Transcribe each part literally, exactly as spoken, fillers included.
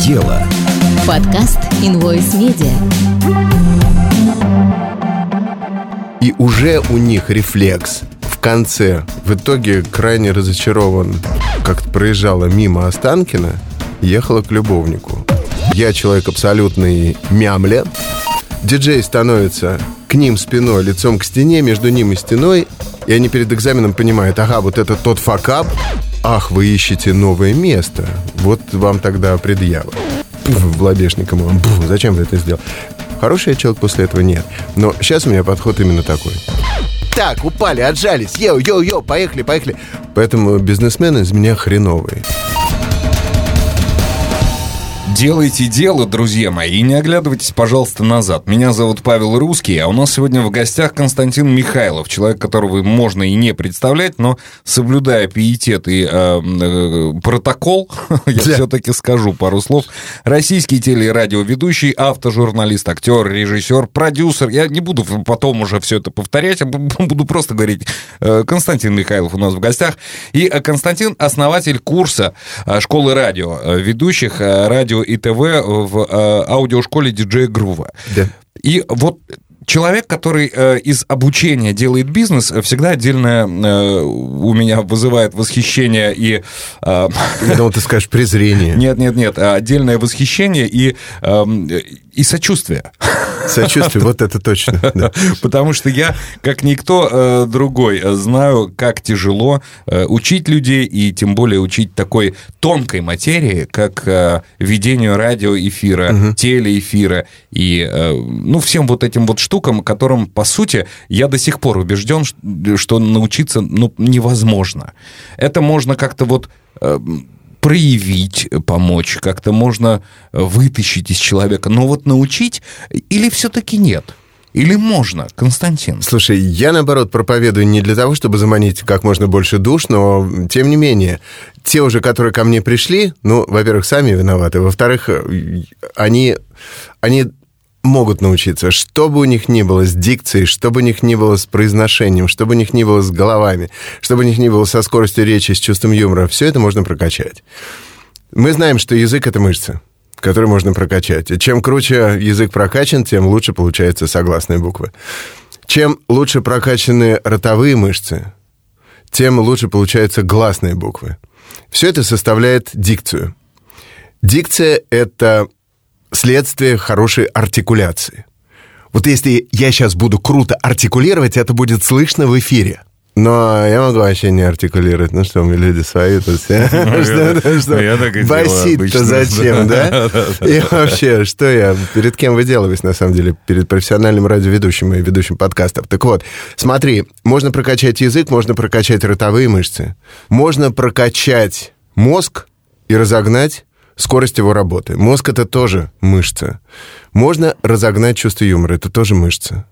дело». Подкаст Invoice Media. И уже у них рефлекс в конце. В итоге крайне разочарован. Как-то проезжала мимо Останкина, ехала к любовнику. Я человек абсолютный мямля. Диджей становится к ним спиной, лицом к стене, между ним и стеной. И они перед экзаменом понимают: ага, вот это тот факап. Ах, вы ищете новое место. Вот вам тогда предъява. В лобешник ему. Зачем вы это сделали? Хороший я человек после этого? Нет. Но сейчас у меня подход именно такой. Так, упали, отжались. Йоу-йоу-йоу, поехали, поехали. Поэтому бизнесмен из меня хреновый. Делайте дело, друзья мои, и не оглядывайтесь, пожалуйста, назад. Меня зовут Павел Русский, а у нас сегодня в гостях Константин Михайлов, человек, которого можно и не представлять, но, соблюдая пиетет и э, э, протокол, я все-таки скажу пару слов. Российский теле- и радиоведущий, автожурналист, актер, режиссер, продюсер. Я не буду потом уже все это повторять, а буду просто говорить. Константин Михайлов у нас в гостях. И Константин — основатель курса школы радио, ведущих радио и ТВ в э, аудиошколе диджея Грува. Да. И вот человек, который э, из обучения делает бизнес, всегда отдельное э, у меня вызывает восхищение и... Э, Я думал, ты скажешь презрение. Нет, нет, нет, отдельное восхищение и, э, и сочувствие. Сочувствие, вот это точно. Да. Потому что я, как никто э, другой, знаю, как тяжело э, учить людей, и тем более учить такой тонкой материи, как э, ведению радиоэфира, угу. телеэфира и, э, ну, всем вот этим вот штукам, которым, по сути, я до сих пор убежден, что научиться, ну, невозможно. Это можно как-то вот... Э, проявить, помочь, как-то можно вытащить из человека. Но вот научить или все-таки нет? Или можно, Константин? Слушай, я, наоборот, проповедую не для того, чтобы заманить как можно больше душ, но, тем не менее, те уже, которые ко мне пришли, ну, во-первых, сами виноваты, во-вторых, они... они могут научиться, что бы у них ни было с дикцией, что бы у них ни было с произношением, что бы у них ни было с головами, что бы у них ни было со скоростью речи, с чувством юмора, все это можно прокачать. Мы знаем, что язык — это мышца, которую можно прокачать. И чем круче язык прокачан, тем лучше получаются согласные буквы. Чем лучше прокачаны ротовые мышцы, тем лучше получаются гласные буквы. Все это составляет дикцию. Дикция — это следствие хорошей артикуляции. Вот если я сейчас буду круто артикулировать, это будет слышно в эфире. Но я могу вообще не артикулировать. Ну что, мы люди свои тут все. Басить-то зачем, да? И вообще, что я, перед кем выделываюсь, на самом деле? Перед профессиональным радиоведущим и ведущим подкастов. Так вот, смотри, можно прокачать язык, можно прокачать ротовые мышцы, можно прокачать мозг и разогнать скорость его работы. Мозг — это тоже мышца. Можно разогнать чувство юмора, это тоже мышца.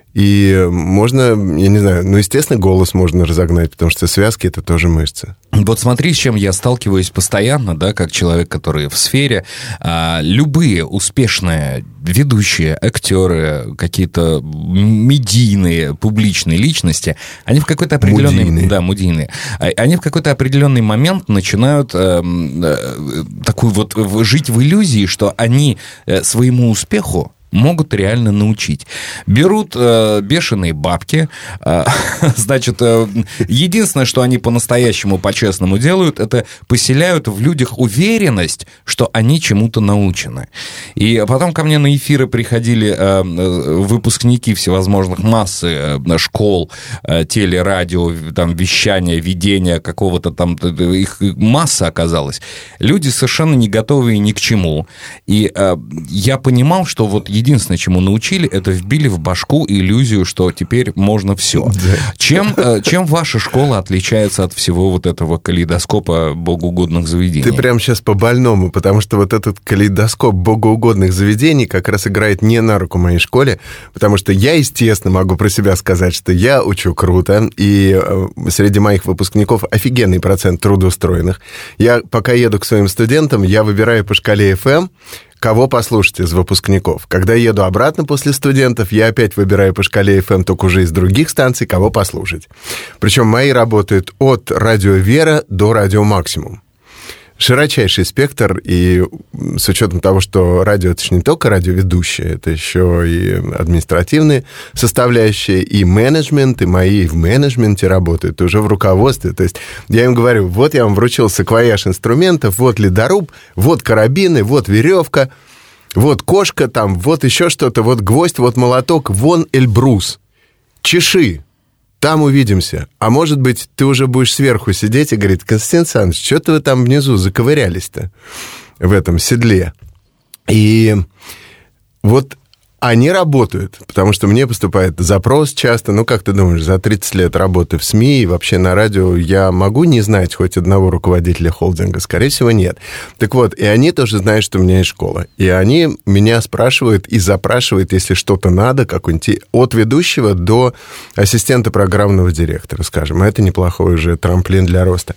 И можно, я не знаю, ну, естественно, голос можно разогнать, потому что связки — это тоже мышцы. Вот смотри, с чем я сталкиваюсь постоянно, да, как человек, который в сфере. А, любые успешные ведущие, актеры, какие-то медийные, публичные личности, они в какой-то определенный... Мудийные. Да, мудийные. Они в какой-то определенный момент начинают э, э, такую вот жить в иллюзии, что они э, своему успеху могут реально научить. Берут э, бешеные бабки. Э, значит, э, единственное, что они по-настоящему, по-честному делают, это поселяют в людях уверенность, что они чему-то научены. И потом ко мне на эфиры приходили э, выпускники всевозможных массы э, школ, э, теле, радио, там, вещания, ведения какого-то там, их масса оказалась. Люди совершенно не готовые ни к чему. И э, я понимал, что вот единственное, чему научили, это вбили в башку иллюзию, что теперь можно все. Да. Чем, чем ваша школа отличается от всего вот этого калейдоскопа богоугодных заведений? Ты прям сейчас по-больному, потому что вот этот калейдоскоп богоугодных заведений как раз играет не на руку моей школе, потому что я, естественно, могу про себя сказать, что я учу круто, и среди моих выпускников офигенный процент трудоустроенных. Я, пока еду к своим студентам, я выбираю по шкале эф эм, кого послушать из выпускников. Когда еду обратно после студентов, я опять выбираю по шкале эф эм, только уже из других станций, кого послушать. Причем мои работают от радио «Вера» до радио «Максимум». широчайший спектр, и с учетом того, что радио — это же не только радиоведущие, это еще и административные составляющие, и менеджмент, и мои в менеджменте работают, уже в руководстве. То есть я им говорю, вот я вам вручил саквояж инструментов, вот ледоруб, вот карабины, вот веревка, вот кошка там, вот еще что-то, вот гвоздь, вот молоток, вон Эльбрус. Чеши. Там увидимся. А может быть, ты уже будешь сверху сидеть и говорить: Константин Александрович, что-то вы там внизу заковырялись-то в этом седле. И вот они работают, потому что мне поступает запрос часто. Ну, как ты думаешь, за тридцать лет работы в СМИ и вообще на радио я могу не знать хоть одного руководителя холдинга? Скорее всего, нет. Так вот, и они тоже знают, что у меня есть школа. И они меня спрашивают и запрашивают, если что-то надо, какой-нибудь от ведущего до ассистента программного директора, скажем. Это неплохой уже трамплин для роста.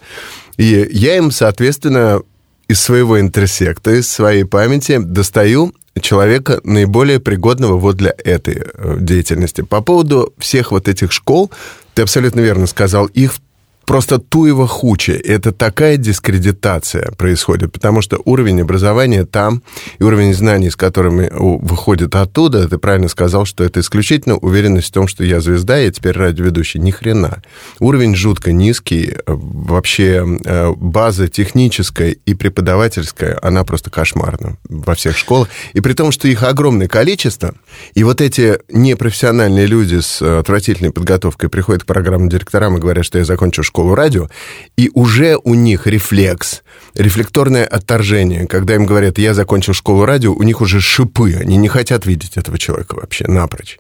И я им, соответственно, из своего интерсекта, из своей памяти достаю человека наиболее пригодного вот для этой деятельности. По поводу всех вот этих школ, ты абсолютно верно сказал, их просто туево хуче. Это такая дискредитация происходит, потому что уровень образования там и уровень знаний, с которыми выходит оттуда, ты правильно сказал, что это исключительно уверенность в том, что я звезда, я теперь радиоведущий. Ни хрена. Уровень жутко низкий. Вообще база техническая и преподавательская, она просто кошмарна во всех школах. И при том, что их огромное количество, и вот эти непрофессиональные люди с отвратительной подготовкой приходят к программным директорам и говорят, что я закончил школу радио, и уже у них рефлекс, рефлекторное отторжение. Когда им говорят, я закончил школу радио, у них уже шипы, они не хотят видеть этого человека вообще напрочь.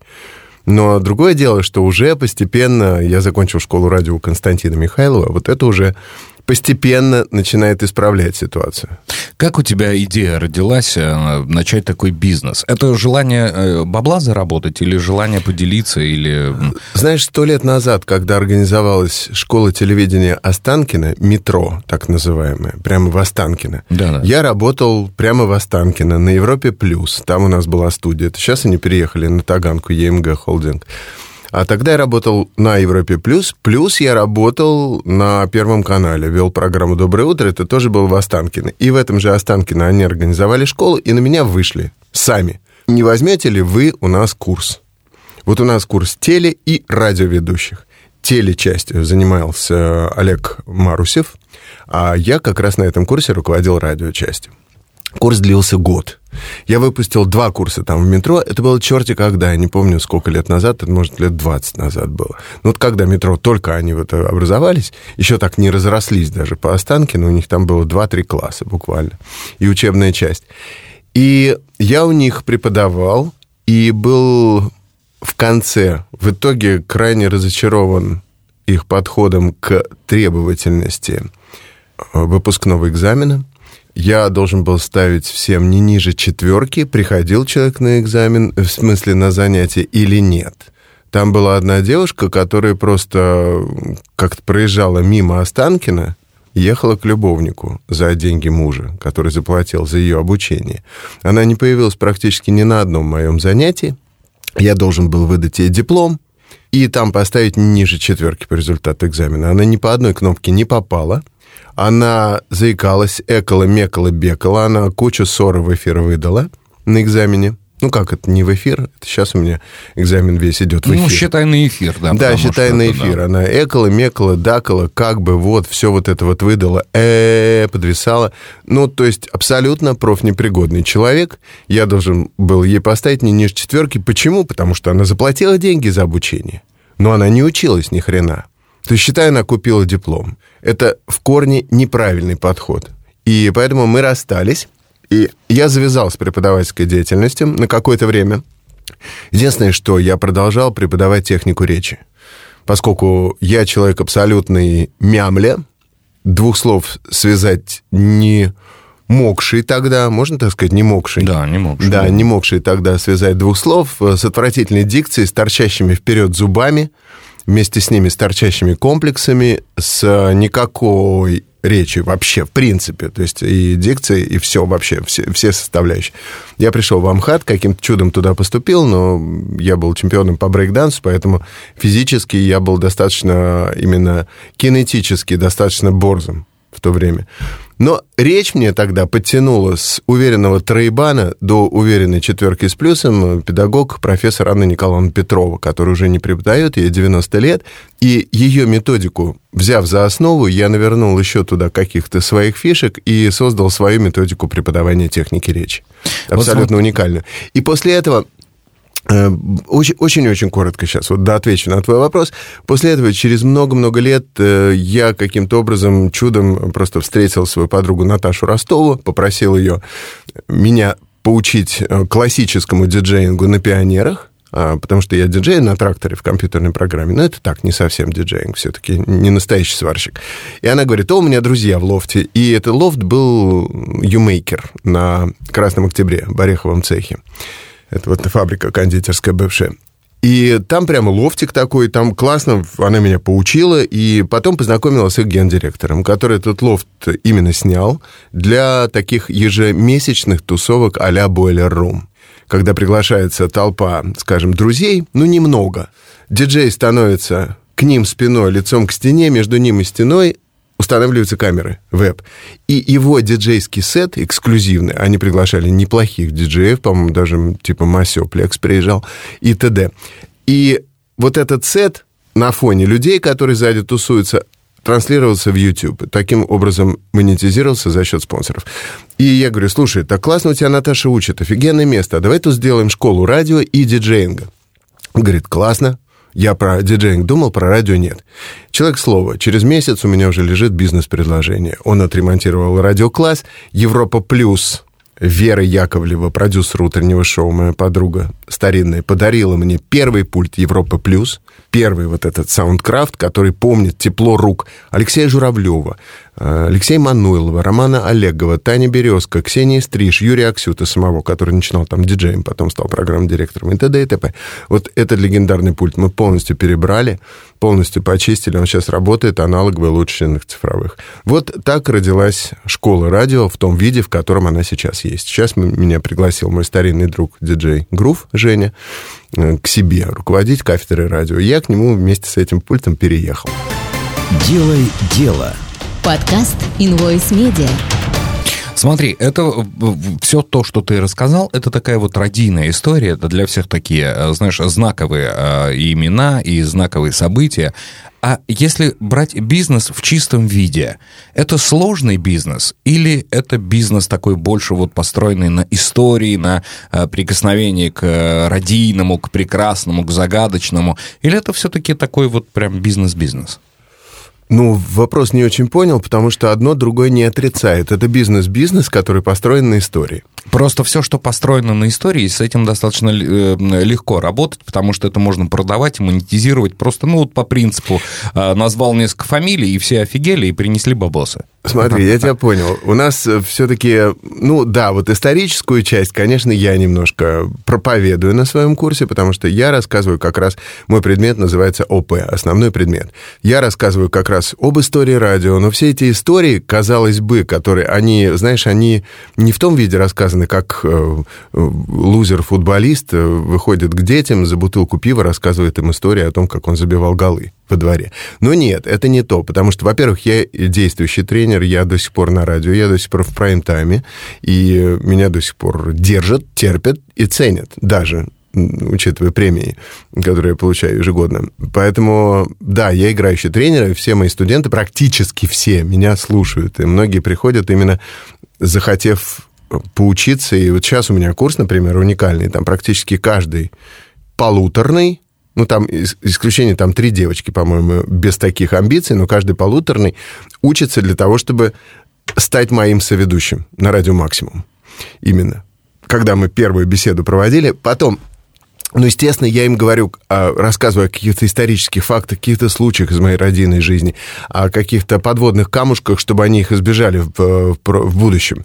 Но другое дело, что уже постепенно я закончил школу радио у Константина Михайлова, вот это уже постепенно начинает исправлять ситуацию. Как у тебя идея родилась начать такой бизнес? Это желание бабла заработать или желание поделиться? Или... Знаешь, сто лет назад, когда организовалась школа телевидения Останкино, метро, так называемое, прямо в Останкино, да-да. Я работал прямо в Останкино на Европе Плюс. Там у нас была студия. Это сейчас они переехали на Таганку, ЕМГ Холдинг. А тогда я работал на Европе Плюс, плюс я работал на Первом канале, вел программу «Доброе утро», это тоже был в Останкино. И в этом же Останкино они организовали школу, и на меня вышли сами. Не возьмете ли вы у нас курс? Вот у нас курс теле- и радиоведущих. Телечастью занимался Олег Марусев, а я как раз на этом курсе руководил радиочастью. Курс длился год. Я выпустил два курса там в метро. Это было черти когда, я не помню, сколько лет назад, это, может, лет двадцать назад было. Но вот когда метро, только они вот образовались, еще так не разрослись даже по Останкино, у них там было два-три класса буквально, и учебная часть. И я у них преподавал, и был в конце, в итоге крайне разочарован их подходом к требовательности выпускного экзамена. Я должен был ставить всем не ниже четверки, приходил человек на экзамен, в смысле на занятие или нет. Там была одна девушка, которая просто как-то проезжала мимо Останкино, ехала к любовнику за деньги мужа, который заплатил за ее обучение. Она не появилась практически ни на одном моем занятии. Я должен был выдать ей диплом и там поставить не ниже четверки по результату экзамена. Она ни по одной кнопке не попала. Она заикалась, экала, мекала, бекала. Она кучу ссоры в эфир выдала на экзамене. Ну, как это не в эфир? Это сейчас у меня экзамен весь идет в эфир. Ну, считай на эфир, да. Да, считай на эфир. Да. Она экала, мекала, дакала, как бы вот, все вот это вот выдала, э подвисала. Ну, то есть абсолютно профнепригодный человек. Я должен был ей поставить не ниже четверки. Почему? Потому что она заплатила деньги за обучение, но она не училась ни хрена. То есть, считай, она купила диплом. Это в корне неправильный подход. И поэтому мы расстались, и я завязал с преподавательской деятельностью на какое-то время. Единственное, что я продолжал преподавать технику речи. Поскольку я человек абсолютный мямля, двух слов связать не могший тогда, можно так сказать, не могший? Да, не могший. Да, не могший тогда связать двух слов с отвратительной дикцией, с торчащими вперед зубами, вместе с ними с торчащими комплексами, с никакой речи вообще, в принципе. То есть и дикция, и все вообще, все, все составляющие. Я пришел в Амхат, каким-то чудом туда поступил, но я был чемпионом по брейк-дансу, поэтому физически я был достаточно, именно кинетически, достаточно борзым в то время. Но речь мне тогда подтянула с уверенного троебана до уверенной четверки с плюсом педагог, профессор Анна Николаевна Петрова, которая уже не преподает, ей девяносто лет, и ее методику, взяв за основу, я навернул еще туда каких-то своих фишек и создал свою методику преподавания техники речи. Абсолютно вот уникальную. И после этого... Очень-очень коротко сейчас, вот да, отвечу на твой вопрос. После этого, через много-много лет, я каким-то образом, чудом просто встретил свою подругу Наташу Ростову, попросил ее меня поучить классическому диджеингу на пионерах, потому что я диджей на тракторе в компьютерной программе, но это так, не совсем диджеинг, все-таки не настоящий сварщик. И она говорит: о, у меня друзья в лофте. И этот лофт был YouMaker на Красном Октябре, в Ореховом цехе. Это вот фабрика кондитерская бывшая. И там прямо лофтик такой, там классно, она меня поучила, и потом познакомила с их гендиректором, который этот лофт именно снял для таких ежемесячных тусовок а-ля Boiler Room. Когда приглашается толпа, скажем, друзей, ну, немного. Диджей становится к ним спиной, лицом к стене, между ним и стеной устанавливаются камеры, веб. И его диджейский сет эксклюзивный, они приглашали неплохих диджеев, по-моему, даже типа Масё Плекс приезжал, и т.д. И вот этот сет на фоне людей, которые сзади тусуются, транслировался в YouTube. Таким образом монетизировался за счет спонсоров. И я говорю: слушай, так классно у тебя Наташа учит, офигенное место, а давай тут сделаем школу радио и диджеинга. Он говорит: классно. Я про диджеинг думал, про радио нет. Человек слова. Через месяц у меня уже лежит бизнес-предложение. Он отремонтировал радиокласс. Европа Плюс. Вера Яковлева, продюсер утреннего шоу, моя подруга старинная, подарила мне первый пульт Европа Плюс. Первый вот этот Soundcraft, который помнит тепло рук Алексея Журавлева, Алексея Мануйлова, Романа Олегова, Таня Березка, Ксения Стриж, Юрия Аксюта самого, который начинал там диджеем, потом стал программным директором и т.д. и т.п. Вот этот легендарный пульт мы полностью перебрали, полностью почистили. Он сейчас работает, аналоговый, лучше иных цифровых. Вот так родилась школа радио в том виде, в котором она сейчас есть. Сейчас меня пригласил мой старинный друг диджей Грув Женя к себе руководить кафедрой радио. Я к нему вместе с этим пультом переехал. Делай дело. Подкаст Invoice Media. Смотри, это все то, что ты рассказал, это такая вот родийная история, это для всех такие, знаешь, знаковые имена и знаковые события. А если брать бизнес в чистом виде, это сложный бизнес или это бизнес такой больше вот построенный на истории, на прикосновении к родийному, к прекрасному, к загадочному, или это все-таки такой вот прям бизнес-бизнес? Ну, вопрос не очень понял, потому что одно другое не отрицает. Это бизнес-бизнес, который построен на истории. Просто все, что построено на истории, с этим достаточно легко работать, потому что это можно продавать и монетизировать просто, ну, вот по принципу, назвал несколько фамилий, и все офигели, и принесли бабосы. Смотри, я тебя понял. У нас все-таки, ну да, вот историческую часть, конечно, я немножко проповедую на своем курсе, потому что я рассказываю как раз, мой предмет называется ОП, основной предмет. Я рассказываю как раз об истории радио, но все эти истории, казалось бы, которые, они, знаешь, они не в том виде рассказаны, как лузер-футболист выходит к детям за бутылку пива, рассказывает им историю о том, как он забивал голы во дворе. Но нет, это не то, потому что, во-первых, я действующий тренер, я до сих пор на радио, я до сих пор в прайм-тайме, и меня до сих пор держат, терпят и ценят, даже учитывая премии, которые я получаю ежегодно. Поэтому, да, я играющий тренер, и все мои студенты, практически все, меня слушают, и многие приходят именно захотев поучиться, и вот сейчас у меня курс, например, уникальный, там практически каждый полуторный, ну, там исключение, там три девочки, по-моему, без таких амбиций, но каждый полуторный учится для того, чтобы стать моим соведущим на Радио Максимум. Именно. Когда мы первую беседу проводили, потом, ну, естественно, я им говорю, рассказываю о каких-то исторических фактах, каких-то случаях из моей родийной жизни, о каких-то подводных камушках, чтобы они их избежали в, в, в будущем.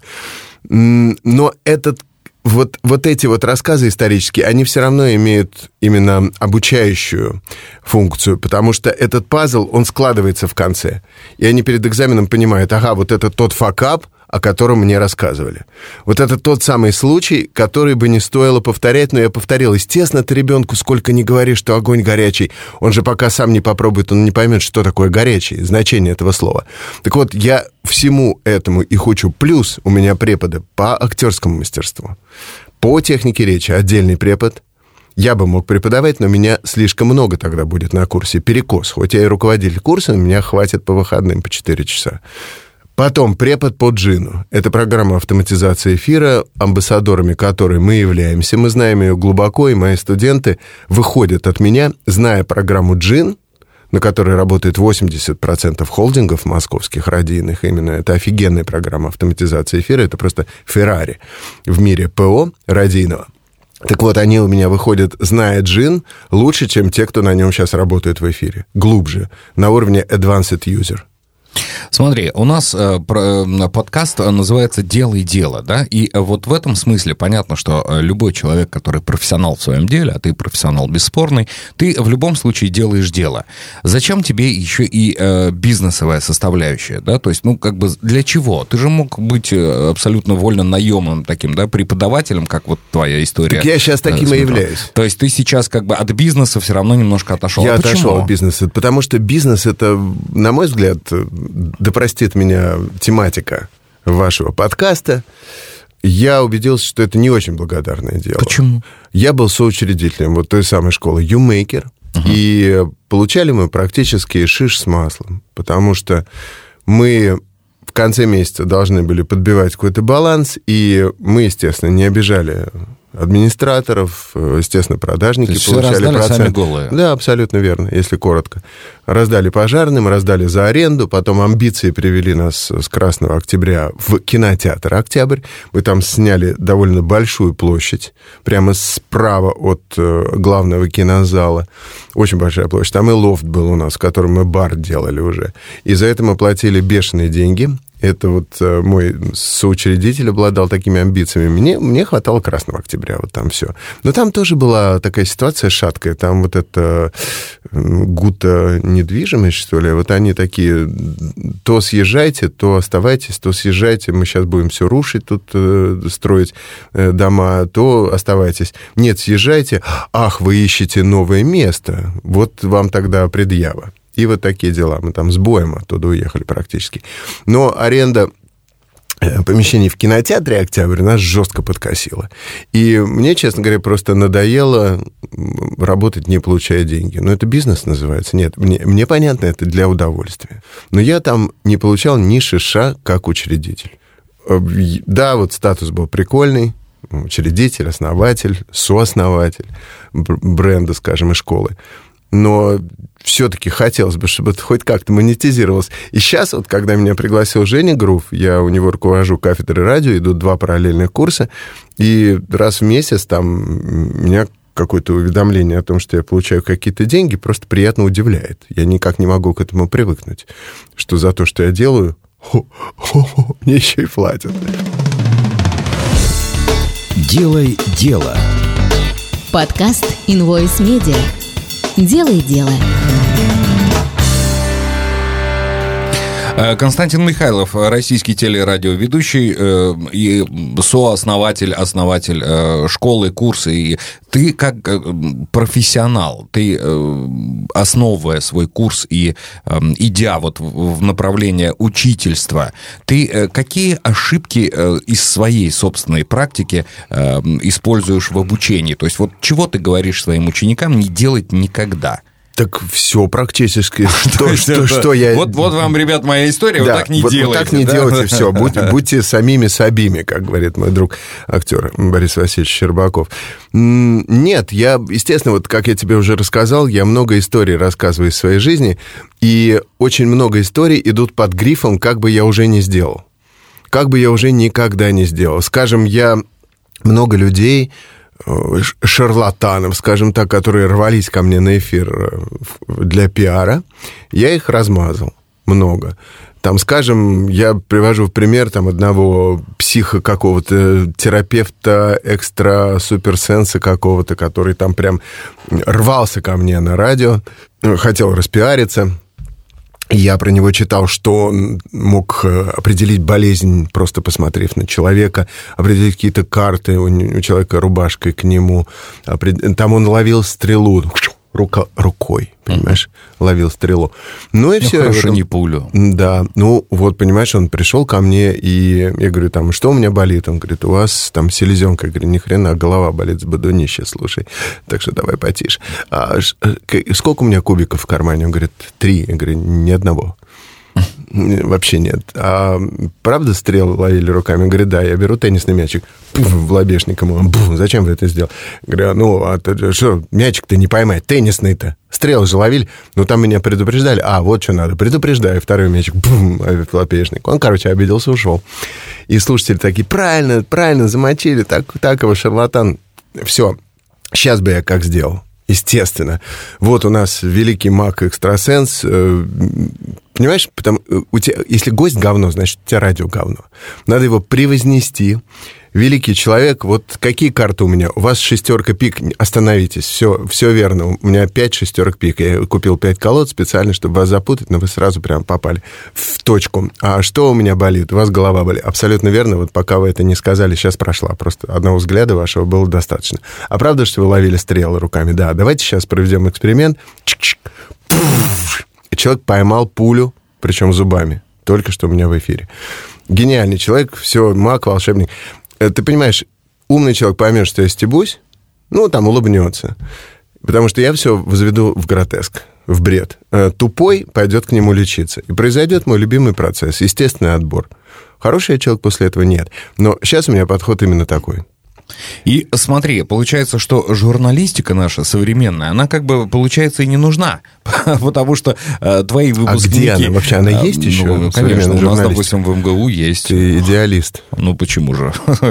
Но этот Вот, вот эти вот рассказы исторические, они все равно имеют именно обучающую функцию, потому что этот пазл, он складывается в конце. И они перед экзаменом понимают, ага, вот это тот факап, о котором мне рассказывали. Вот это тот самый случай, который бы не стоило повторять, но я повторил. Естественно, ты ребенку сколько ни говори, что огонь горячий, он же пока сам не попробует, он не поймет, что такое горячий, значение этого слова. Так вот, я всему этому их учу. Плюс у меня преподы по актерскому мастерству, по технике речи отдельный препод. Я бы мог преподавать, но меня слишком много тогда будет на курсе. Перекос. Хоть я и руководитель курса, но меня хватит по выходным по четыре часа. Потом препод по джину. Это программа автоматизации эфира, амбассадорами которой мы являемся. Мы знаем ее глубоко, и мои студенты выходят от меня, зная программу джин, на которой работает восемьдесят процентов холдингов московских радийных. Именно это офигенная программа автоматизации эфира. Это просто Феррари в мире ПО радийного. Так вот, они у меня выходят, зная джин, лучше, чем те, кто на нем сейчас работает в эфире. Глубже, на уровне advanced user. Смотри, у нас э, про, подкаст называется «Делай дело», да, и вот в этом смысле понятно, что любой человек, который профессионал в своем деле, а ты профессионал бесспорный, ты в любом случае делаешь дело. Зачем тебе еще и э, бизнесовая составляющая, да, то есть, ну, как бы для чего? Ты же мог быть абсолютно вольно наемным таким, да, преподавателем, как вот твоя история. Так я сейчас таким и являюсь. То есть ты сейчас как бы от бизнеса все равно немножко отошел. Я а отошел от бизнеса, потому что бизнес — это, на мой взгляд, да простит меня тематика вашего подкаста, я убедился, что это не очень благодарное дело. Почему? Я был соучредителем вот той самой школы YouMaker, uh-huh. и получали мы практически шиш с маслом, потому что мы в конце месяца должны были подбивать какой-то баланс, и мы, естественно, не обижали администраторов, естественно, продажники получали процент. Сами голые. Да, абсолютно верно, если коротко. Раздали пожарным, раздали за аренду, потом амбиции привели нас с Красного Октября в кинотеатр «Октябрь». Мы там сняли довольно большую площадь, прямо справа от главного кинозала. Очень большая площадь. Там и лофт был у нас, в котором мы бар делали уже. И за это мы платили бешеные деньги. Это вот мой соучредитель обладал такими амбициями. Мне, мне хватало Красного Октября, вот там все. Но там тоже была такая ситуация шаткая. Там вот это гута недвижимость, что ли, вот они такие, то съезжайте, то оставайтесь, то съезжайте, мы сейчас будем все рушить тут, строить дома, то оставайтесь. Нет, съезжайте, ах, вы ищете новое место, вот вам тогда предъява. И вот такие дела. Мы там с боем оттуда уехали практически. Но аренда помещений в кинотеатре «Октябрь» нас жестко подкосила. И мне, честно говоря, просто надоело работать, не получая деньги. Но это бизнес называется. Нет, мне, мне понятно, это для удовольствия. Но я там не получал ни шиша как учредитель. Да, вот статус был прикольный. Учредитель, основатель, сооснователь бренда, скажем, и школы. Но все-таки хотелось бы, чтобы это хоть как-то монетизировалось. И сейчас, вот, когда меня пригласил Женя Грув, я у него руковожу кафедрой радио, идут два параллельных курса, и раз в месяц там меня какое-то уведомление о том, что я получаю какие-то деньги, просто приятно удивляет. Я никак не могу к этому привыкнуть, что за то, что я делаю, хо-хо-хо, мне еще и платят. Делай дело. Подкаст Invoice Media. Делай дело. Константин Михайлов, российский телерадиоведущий э, и сооснователь, основатель э, школы, курса. И ты как э, профессионал, ты, э, основывая свой курс и э, идя вот в, в направление учительства, ты э, какие ошибки э, из своей собственной практики э, используешь в обучении? То есть вот чего ты говоришь своим ученикам не делать никогда? Так все практически, что, что, что я... Вот, вот вам, ребят, моя история, да, вот так не вот, делайте. Вот так не да? делайте, все, будь, будьте самими собими, как говорит мой друг, актер Борис Васильевич Щербаков. Нет, я, естественно, вот как я тебе уже рассказал, я много историй рассказываю из своей жизни, и очень много историй идут под грифом «как бы я уже не сделал». Как бы я уже никогда не сделал. Скажем, я много людей... шарлатанов, скажем так, которые рвались ко мне на эфир для пиара, я их размазал много. Там, скажем, я привожу в пример там, одного психа какого-то, терапевта экстра-суперсенса какого-то, который там прям рвался ко мне на радио, хотел распиариться. Я про него читал, что он мог определить болезнь, просто посмотрев на человека, определить какие-то карты, у человека рубашкой к нему. Там он ловил стрелу рука, рукой, понимаешь, uh-huh. ловил стрелу. Ну и ну, все. Хорошо, не пулю. Да, ну вот, понимаешь, он пришел ко мне, и я говорю, там, что у меня болит? Он говорит, у вас там селезенка. Я говорю, ни хрена, голова болит с бодунище, слушай, так что давай потише. А, сколько у меня кубиков в кармане? Он говорит, три. Я говорю, ни одного. Вообще нет. А правда стрел ловили руками? Он говорит, да, я беру теннисный мячик, пуф, в лобешник ему. Пуф, зачем вы это сделали? Говорю, ну, а ты, что, мячик-то не поймать, теннисный-то. Стрелы же ловили. Ну, там меня предупреждали. А, вот что надо. Предупреждаю. Второй мячик, пуф, в лобешник. Он, короче, обиделся, ушел. И слушатели такие, правильно, правильно, замочили. Так, так его шарлатан. Все. Сейчас бы я как сделал. Естественно. Вот у нас великий маг-экстрасенс. Понимаешь, потому, у тебя, если гость говно, значит, у тебя радио говно. Надо его превознести. Великий человек, вот какие карты у меня? У вас шестерка пик, остановитесь, все, все верно. У меня пять шестерок пик. Я купил пять колод специально, чтобы вас запутать, но вы сразу прям попали в точку. А что у меня болит? У вас голова болит. Абсолютно верно. Вот пока вы это не сказали, сейчас прошла. Просто одного взгляда вашего было достаточно. А правда, что вы ловили стрелы руками? Да, давайте сейчас проведем эксперимент. И человек поймал пулю, причем зубами. Только что у меня в эфире. Гениальный человек, все, маг, волшебник. Ты понимаешь, умный человек поймет, что я стебусь, ну, там, улыбнется. Потому что я все возведу в гротеск, в бред. Тупой пойдет к нему лечиться. И произойдет мой любимый процесс, естественный отбор. Хороший я человек после этого нет. Но сейчас у меня подход именно такой. И смотри, получается, что журналистика наша современная, она как бы, получается, и не нужна, потому что э, твои выпускники... А где она? Вообще она есть еще? Ну, конечно, у нас, допустим, в МГУ есть. Ты идеалист. Ну, почему же?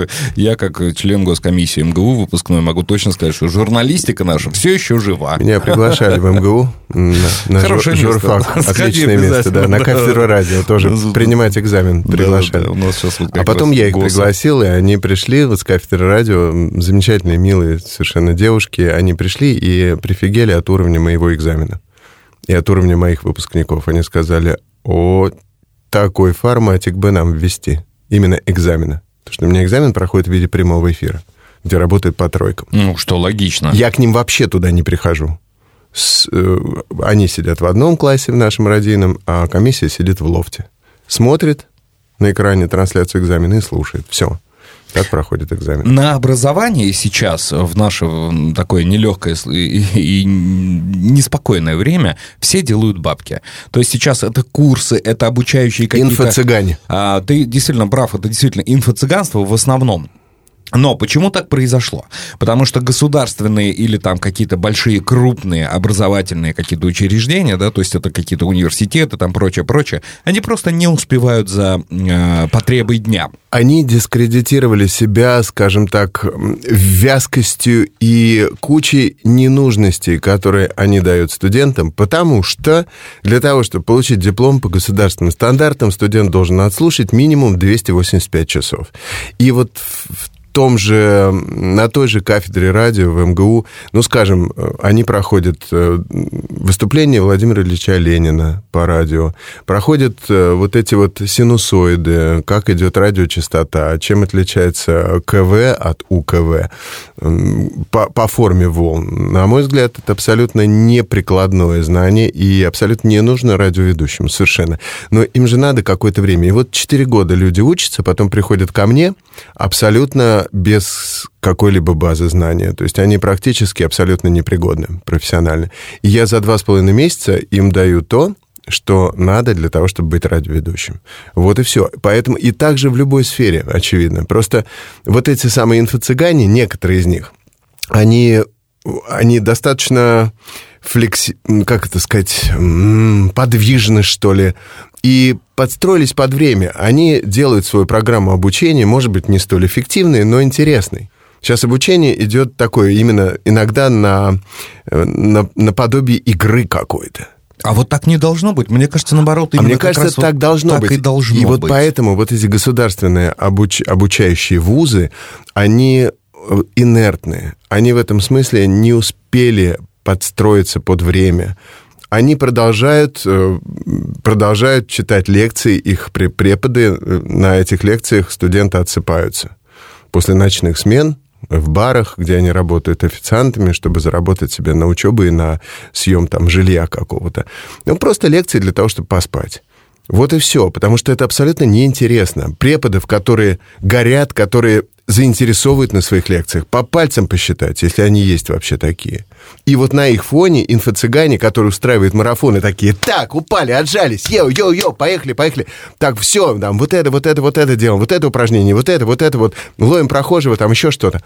Я, как член госкомиссии МГУ выпускной, могу точно сказать, что журналистика наша все еще жива. Меня приглашали в МГУ на журфак. Отличное место, да. На кафедру радио тоже принимать экзамен приглашали. А потом я их пригласил, и они пришли вот с кафедры радио. Замечательные, милые совершенно девушки. Они пришли и прифигели от уровня моего экзамена. И от уровня моих выпускников. Они сказали, о, такой форматик бы нам ввести. Именно экзамена. Потому что у меня экзамен проходит в виде прямого эфира, где работает по тройкам. Ну, что логично. Я к ним вообще туда не прихожу. С, э, они сидят в одном классе в нашем радийном, а комиссия сидит в лофте. Смотрит на экране трансляцию экзамена и слушает. Все. Так проходит экзамен. На образование сейчас, в наше такое нелегкое и неспокойное время, все делают бабки. То есть сейчас это курсы, это обучающие какие-то... Инфо-цыгане. А, ты действительно прав, это действительно инфо-цыганство в основном. Но почему так произошло? Потому что государственные или там какие-то большие, крупные образовательные какие-то учреждения, да, то есть это какие-то университеты, там прочее-прочее, они просто не успевают за э, потребой дня. Они дискредитировали себя, скажем так, вязкостью и кучей ненужностей, которые они дают студентам, потому что для того, чтобы получить диплом по государственным стандартам, студент должен отслушать минимум двести восемьдесят пять часов. И вот в том же, на той же кафедре радио в МГУ, ну, скажем, они проходят выступления Владимира Ильича Ленина по радио, проходят вот эти вот синусоиды, как идет радиочастота, чем отличается КВ от УКВ по, по форме волн. На мой взгляд, это абсолютно неприкладное знание и абсолютно не нужно радиоведущим, совершенно. Но им же надо какое-то время. И вот четыре года люди учатся, потом приходят ко мне абсолютно без какой-либо базы знания. То есть они практически абсолютно непригодны профессионально. И я за два с половиной месяца им даю то, что надо для того, чтобы быть радиоведущим. Вот и все. Поэтому и также в любой сфере, очевидно. Просто вот эти самые инфо-цыгане, некоторые из них, они, они достаточно флекси... как это сказать, подвижны, что ли, и подстроились под время. Они делают свою программу обучения, может быть, не столь эффективной, но интересной. Сейчас обучение идет такое именно иногда на, на, наподобие игры какой-то. А вот так не должно быть. Мне кажется, наоборот, именно а мне кажется, так вот должно так быть. И, должно и вот быть. Поэтому вот эти государственные обуч... обучающие вузы, они инертные. Они в этом смысле не успели подстроиться под время. они продолжают, продолжают читать лекции, их преподы, на этих лекциях студенты отсыпаются. После ночных смен в барах, где они работают официантами, чтобы заработать себе на учебу и на съем там жилья какого-то. Ну, просто лекции для того, чтобы поспать. Вот и все, потому что это абсолютно неинтересно. Преподов, которые горят, которые заинтересовывают на своих лекциях, по пальцам посчитать, если они есть вообще такие. И вот на их фоне инфо-цыгане, которые устраивают марафоны, такие: так, упали, отжались, йоу-йоу-йоу, поехали, поехали. Так, все, там, вот это, вот это, вот это делаем, вот это упражнение, вот это, вот это, вот, ловим прохожего, там еще что-то.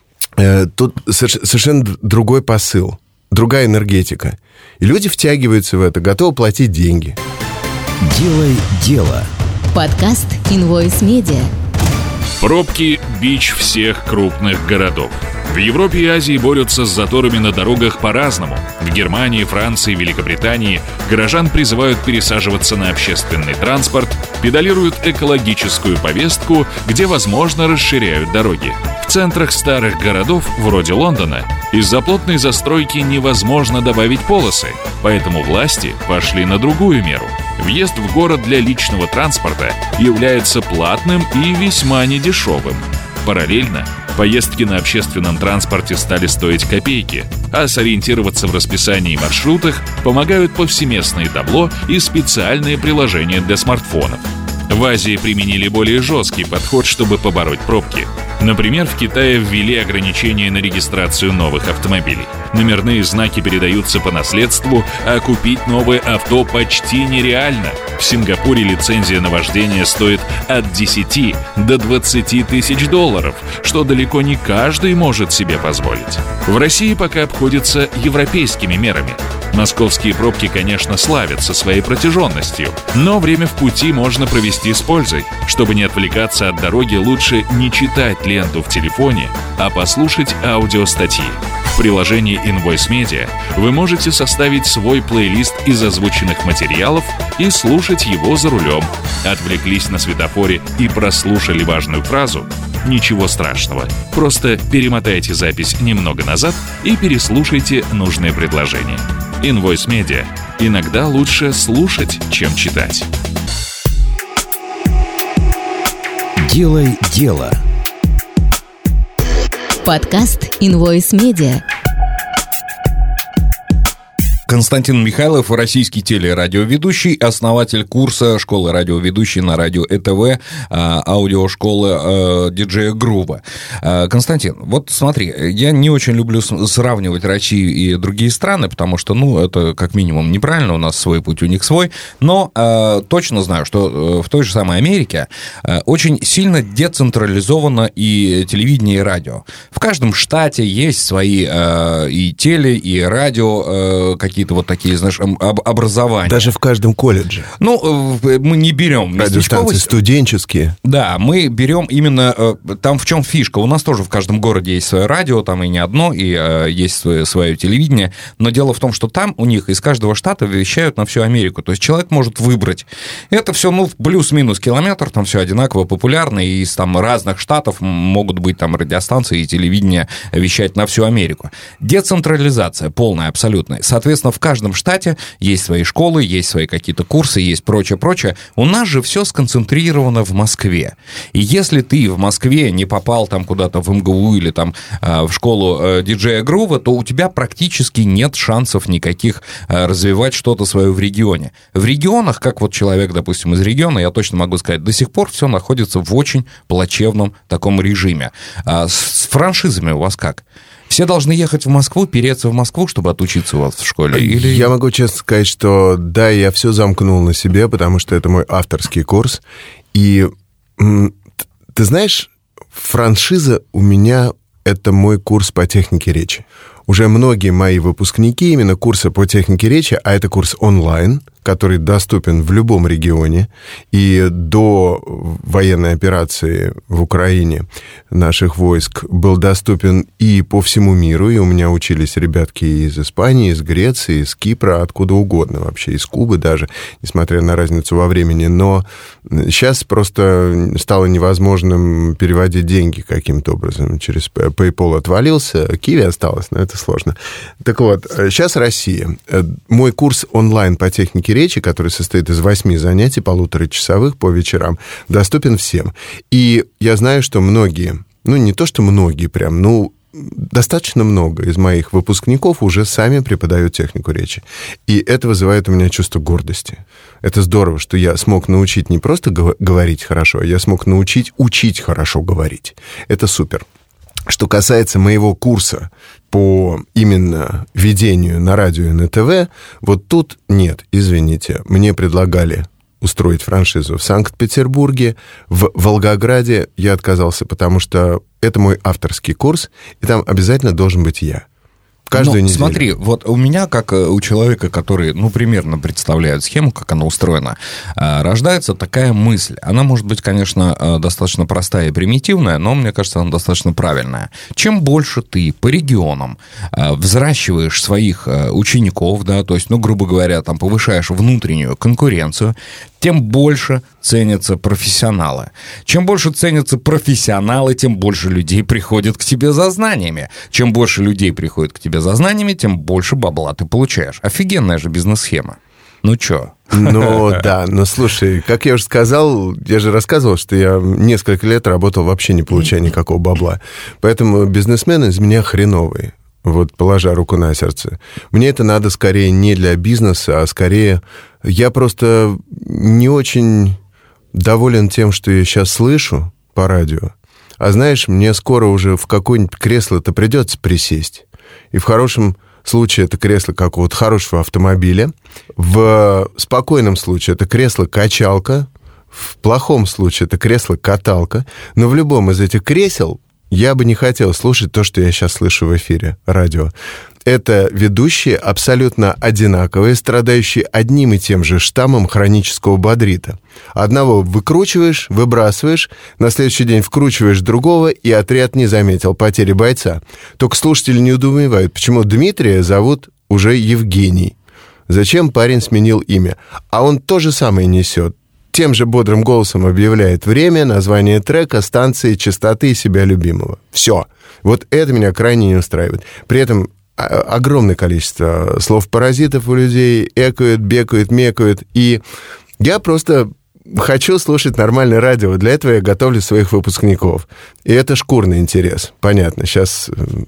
Тут совершенно другой посыл, другая энергетика. И люди втягиваются в это, готовы платить деньги. Делай дело. Подкаст Invoice Media. Пробки – бич всех крупных городов. В Европе и Азии борются с заторами на дорогах по-разному. В Германии, Франции, Великобритании горожан призывают пересаживаться на общественный транспорт, педалируют экологическую повестку, где, возможно, расширяют дороги. В центрах старых городов, вроде Лондона, из-за плотной застройки невозможно добавить полосы, поэтому власти пошли на другую меру. Въезд в город для личного транспорта является платным и весьма недешевым. Параллельно, поездки на общественном транспорте стали стоить копейки, а сориентироваться в расписании и маршрутах помогают повсеместные табло и специальные приложения для смартфонов. В Азии применили более жесткий подход, чтобы побороть пробки. Например, в Китае ввели ограничения на регистрацию новых автомобилей. Номерные знаки передаются по наследству, а купить новое авто почти нереально. В Сингапуре лицензия на вождение стоит от десяти до двадцати тысяч долларов, что далеко не каждый может себе позволить. В России пока обходится европейскими мерами. Московские пробки, конечно, славятся своей протяженностью, но время в пути можно провести с пользой. Чтобы не отвлекаться от дороги, лучше не читать ленту в телефоне, а послушать аудиостатьи. В приложении Invoice Media вы можете составить свой плейлист из озвученных материалов и слушать его за рулем. Отвлеклись на светофоре и прослушали важную фразу? Ничего страшного. Просто перемотайте запись немного назад и переслушайте нужное предложение. Invoice Media. Иногда лучше слушать, чем читать. Делай дело. Подкаст Invoice Media. Константин Михайлов, российский телерадиоведущий, основатель курса школы радиоведущей на радио ЭТВ, аудиошколы диджея Грува. Константин, вот смотри, я не очень люблю сравнивать Россию и другие страны, потому что, ну, это как минимум неправильно, у нас свой путь, у них свой, но точно знаю, что в той же самой Америке очень сильно децентрализовано и телевидение, и радио. В каждом штате есть свои и теле, и радио, какие-то вот такие, знаешь, образования. Даже в каждом колледже. Ну, мы не берем радиостанции студенческие. Да, мы берем именно... Там в чем фишка? У нас тоже в каждом городе есть свое радио, там и не одно, и есть свое, свое телевидение. Но дело в том, что там у них из каждого штата вещают на всю Америку. То есть человек может выбрать. Это все, ну, плюс-минус километр, там все одинаково популярно, и из там разных штатов могут быть там радиостанции и телевидение вещать на всю Америку. Децентрализация полная, абсолютная. Соответственно, в каждом штате есть свои школы, есть свои какие-то курсы, есть прочее-прочее. У нас же все сконцентрировано в Москве. И если ты в Москве не попал там куда-то в эм гэ у или там в школу диджея Грува, то у тебя практически нет шансов никаких развивать что-то свое в регионе. В регионах, как вот человек, допустим, из региона, я точно могу сказать, до сих пор все находится в очень плачевном таком режиме. С франшизами у вас как? Все должны ехать в Москву, переться в Москву, чтобы отучиться у вас в школе? Или... Я могу честно сказать, что да, я все замкнул на себе, потому что это мой авторский курс. И ты знаешь, франшиза у меня — это мой курс по технике речи. Уже многие мои выпускники именно курса по технике речи, а это курс онлайн, который доступен в любом регионе, и до военной операции в Украине наших войск был доступен и по всему миру, и у меня учились ребятки из Испании, из Греции, из Кипра, откуда угодно вообще, из Кубы даже, несмотря на разницу во времени, но сейчас просто стало невозможным переводить деньги каким-то образом, через PayPal отвалился, Kiwi осталось, но это сложно. Так вот, сейчас Россия. Мой курс онлайн по технике речи, который состоит из восьми занятий, полуторачасовых по вечерам, доступен всем. И я знаю, что многие, ну, не то, что многие прям, ну, достаточно много из моих выпускников уже сами преподают технику речи. И это вызывает у меня чувство гордости. Это здорово, что я смог научить не просто говорить хорошо, а я смог научить учить хорошо говорить. Это супер. Что касается моего курса по именно ведению на радио и на ТВ, вот тут нет, извините, мне предлагали устроить франшизу в Санкт-Петербурге, в Волгограде я отказался, потому что это мой авторский курс, и там обязательно должен быть я. Каждую Но, неделю. Смотри, вот у меня, как у человека, который, ну, примерно представляет схему, как она устроена, рождается такая мысль. Она может быть, конечно, достаточно простая и примитивная, но, мне кажется, она достаточно правильная. Чем больше ты по регионам взращиваешь своих учеников, да, то есть, ну, грубо говоря, там, повышаешь внутреннюю конкуренцию, тем больше ценятся профессионалы. Чем больше ценятся профессионалы, тем больше людей приходит к тебе за знаниями. Чем больше людей приходит к тебе за знаниями, тем больше бабла ты получаешь. Офигенная же бизнес-схема. Ну чё? Ну да, но слушай, как я уже сказал, я же рассказывал, что я несколько лет работал вообще не получая никакого бабла. Поэтому бизнесмен из меня хреновый. Вот, положа руку на сердце. Мне это надо скорее не для бизнеса, а скорее... Я просто не очень доволен тем, что я сейчас слышу по радио. А знаешь, мне скоро уже в какое-нибудь кресло-то придется присесть. И в хорошем случае это кресло какого-то хорошего автомобиля. В спокойном случае это кресло-качалка. В плохом случае это кресло-каталка. Но в любом из этих кресел я бы не хотел слушать то, что я сейчас слышу в эфире радио. Это ведущие абсолютно одинаковые, страдающие одним и тем же штаммом хронического бодрита. Одного выкручиваешь, выбрасываешь, на следующий день вкручиваешь другого, и отряд не заметил потери бойца. Только слушатели не удумевают, почему Дмитрия зовут уже Евгений. Зачем парень сменил имя? А он то же самое несет. Тем же бодрым голосом объявляет время, название трека, станции, частоты и себя любимого. Все. Вот это меня крайне не устраивает. При этом огромное количество слов-паразитов у людей, экают, бекают, мекают. И я просто хочу слушать нормальное радио. Для этого я готовлю своих выпускников. И это шкурный интерес. Понятно, сейчас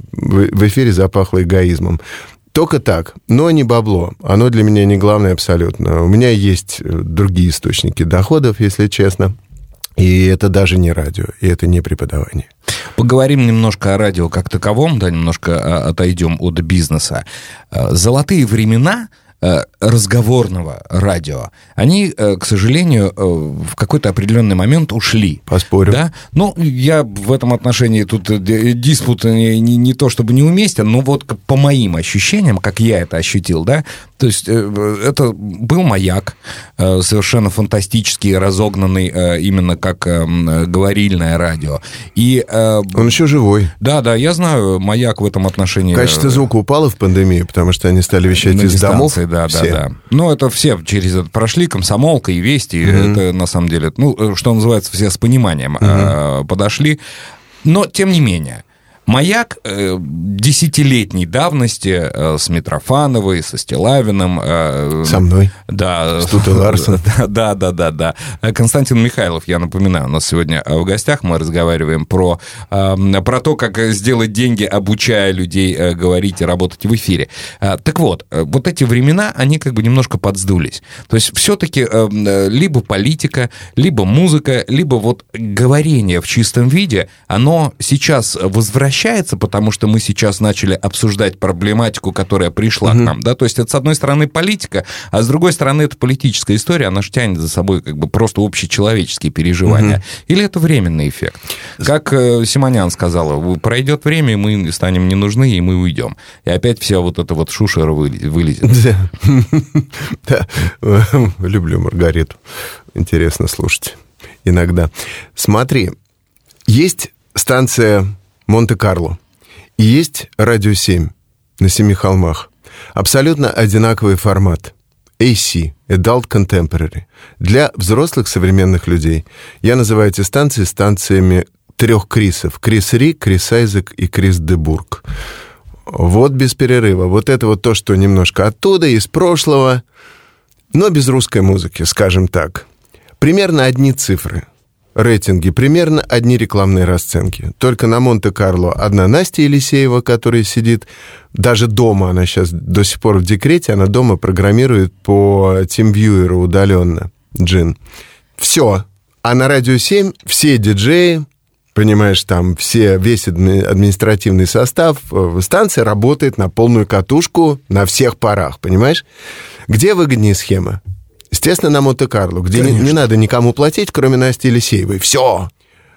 в эфире запахло эгоизмом. Только так, но не бабло. Оно для меня не главное абсолютно. У меня есть другие источники доходов, если честно. И это даже не радио, и это не преподавание. Поговорим немножко о радио как таковом, да, немножко отойдем от бизнеса. Золотые времена разговорного радио, они, к сожалению, в какой-то определенный момент ушли. Поспорю. Да? Ну, я в этом отношении тут диспут не, не, не то чтобы неуместен, но вот по моим ощущениям, как я это ощутил, да, то есть это был «Маяк», совершенно фантастический, разогнанный именно как говорильное радио. И, он еще живой. Да, да, я знаю, «Маяк» в этом отношении... Качество звука упало в пандемию, потому что они стали вещать на из домов. Да, все. да, да. Ну, это все через это прошли, «Комсомолка» и «Вести». Mm-hmm. Это, на самом деле, ну, что называется, все с пониманием mm-hmm. э, подошли. Но, тем не менее, «Маяк» э, десятилетней давности э, с Митрофановой, со Стилавиным. Э, Со мной. Да. С Тутой Ларсон. Да, да, да, да. Константин Михайлов, я напоминаю, у нас сегодня в гостях. Мы разговариваем про, э, про то, как сделать деньги, обучая людей э, говорить и работать в эфире. Э, так вот, э, вот эти времена, они как бы немножко подсдулись. То есть все-таки э, либо политика, либо музыка, либо вот говорение в чистом виде, оно сейчас возвращается прекращается, потому что мы сейчас начали обсуждать проблематику, которая пришла mm-hmm. к нам, да, то есть это, с одной стороны, политика, а с другой стороны, это политическая история, она же тянет за собой как бы просто общечеловеческие переживания. Mm-hmm. Или это временный эффект? Как э, Симонян сказала, пройдет время, и мы станем не нужны, и мы уйдем. И опять вся вот эта вот шушера вылезет. Да, люблю Маргариту. Интересно слушать иногда. Смотри, есть станция Монте-Карло и есть Радио семь на Семи холмах. Абсолютно одинаковый формат. эй си, Adult Contemporary. Для взрослых современных людей. Я называю эти станции станциями трех Крисов. Крис Рик, Крис Айзек и Крис де Бург. Вот без перерыва. Вот это вот то, что немножко оттуда, из прошлого, но без русской музыки, скажем так. Примерно одни цифры. Рейтинги, примерно одни рекламные расценки. Только на Монте-Карло одна Настя Елисеева, которая сидит даже дома, она сейчас до сих пор в декрете, она дома программирует по TeamViewer удаленно, Джин. Все. А на Радио семь все диджеи, понимаешь, там все, весь административный состав станции работает на полную катушку на всех парах, понимаешь? Где выгоднее схема? Естественно, на Монте-Карло, где не, не надо никому платить, кроме Насти Елисеевой. Все.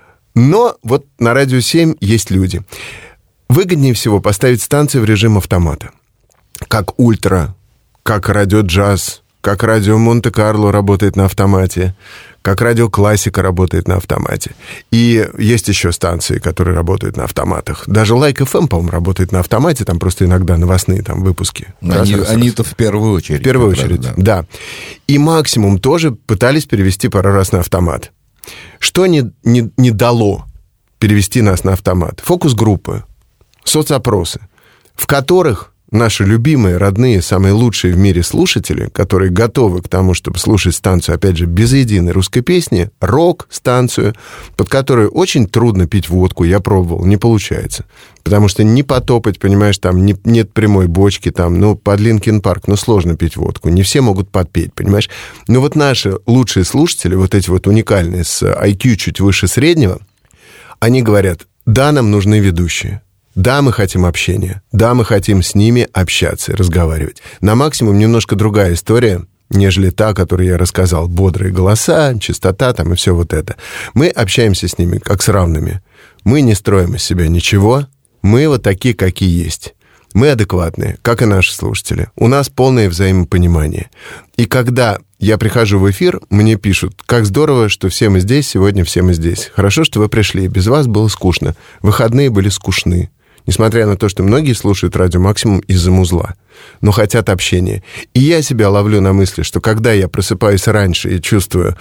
Но вот на Радио семь есть люди. Выгоднее всего поставить станцию в режим автомата. Как Ультра, как Радио Джаз, как Радио Монте-Карло работает на автомате, как Радио Классика работает на автомате. И есть еще станции, которые работают на автоматах. Даже Лайк эф эм, по-моему, работает на автомате, там просто иногда новостные там выпуски. Они, они-то в первую очередь. В первую очередь, да. да. И Максимум тоже пытались перевести пару раз на автомат. Что не, не, не дало перевести нас на автомат? Фокус-группы, соцопросы, в которых наши любимые, родные, самые лучшие в мире слушатели, которые готовы к тому, чтобы слушать станцию, опять же, без единой русской песни, рок-станцию, под которую очень трудно пить водку, я пробовал, не получается. Потому что не потопать, понимаешь, там не, нет прямой бочки, там, ну, под Линкин Парк, ну, сложно пить водку, не все могут подпеть, понимаешь. Но вот наши лучшие слушатели, вот эти вот уникальные, с ай кью чуть выше среднего, они говорят, да, нам нужны ведущие. Да, мы хотим общения. Да, мы хотим с ними общаться и разговаривать. На Максимум немножко другая история, нежели та, которую я рассказал. Бодрые голоса, чистота там и все вот это. Мы общаемся с ними как с равными. Мы не строим из себя ничего. Мы вот такие, какие есть. Мы адекватные, как и наши слушатели. У нас полное взаимопонимание. И когда я прихожу в эфир, мне пишут, как здорово, что все мы здесь, сегодня все мы здесь. Хорошо, что вы пришли. Без вас было скучно. Выходные были скучны. Несмотря на то, что многие слушают Радио Максимум из-за музла, но хотят общения. И я себя ловлю на мысли, что когда я просыпаюсь раньше и чувствую,